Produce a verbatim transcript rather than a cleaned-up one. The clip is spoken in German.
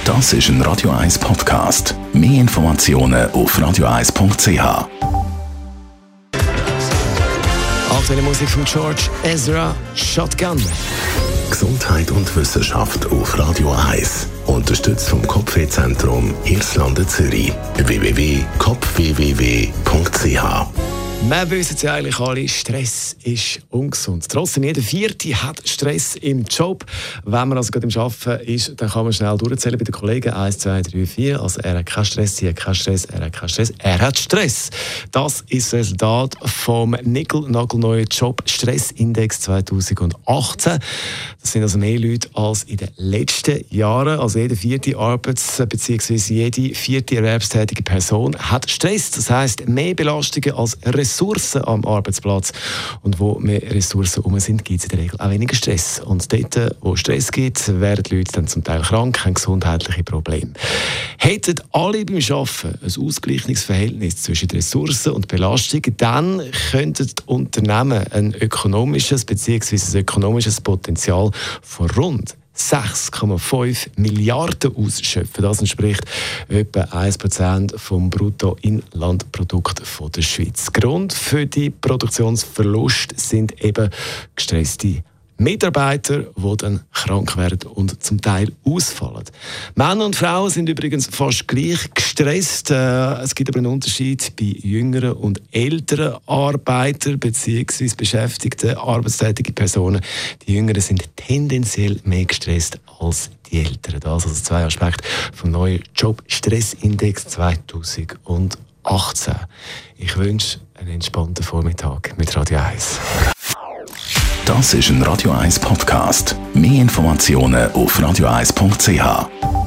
Das ist ein Radio eins Podcast. Mehr Informationen auf radio eins punkt c h. Aktuelle Musik von George Ezra, Shotgun. Gesundheit und Wissenschaft auf Radio eins. Unterstützt vom Kopfwehzentrum Irlande Zürich. w w w punkt kopf w w w punkt c h. Wir wissen ja eigentlich alle, Stress ist ungesund. Trotzdem, jeder Vierte hat Stress im Job. Wenn man also gerade im Arbeiten ist, dann kann man schnell durchzählen bei den Kollegen. eins, zwei, drei, vier. Also er hat keinen Stress, sie hat keinen Stress, er hat keinen Stress, er hat Stress. Das ist das Resultat vom nickel-nagelneuen Job-Stress-Index zwanzig achtzehn. Das sind also mehr Leute als in den letzten Jahren. Also jede vierte Arbeits- bzw. jede vierte erwerbstätige Person hat Stress. Das heisst, mehr Belastungen als Ressourcen am Arbeitsplatz. Und wo mehr Ressourcen um sind, gibt es in der Regel auch weniger Stress. Und dort, wo Stress gibt, werden die Leute dann zum Teil krank, haben gesundheitliche Probleme. Hätten alle beim Arbeiten ein ausgeglichenes Verhältnis zwischen Ressourcen und Belastung, dann könnten die Unternehmen ein ökonomisches bzw. ein ökonomisches Potenzial von rund sechs Komma fünf Milliarden ausschöpfen. Das entspricht etwa ein Prozent vom Bruttoinlandprodukt der Schweiz. Grund für die Produktionsverlust sind eben gestresste Mitarbeiter, die dann krank werden und zum Teil ausfallen. Männer und Frauen sind übrigens fast gleich gestresst. Es gibt aber einen Unterschied bei jüngeren und älteren Arbeitern bzw. beschäftigten arbeitstätigen Personen. Die Jüngeren sind tendenziell mehr gestresst als die Älteren. Das also zwei Aspekte vom neuen Job-Stress-Index zwanzig achtzehn. Ich wünsche einen entspannten Vormittag mit Radio eins. Das ist ein Radio eins Podcast. Mehr Informationen auf radio eins punkt c h.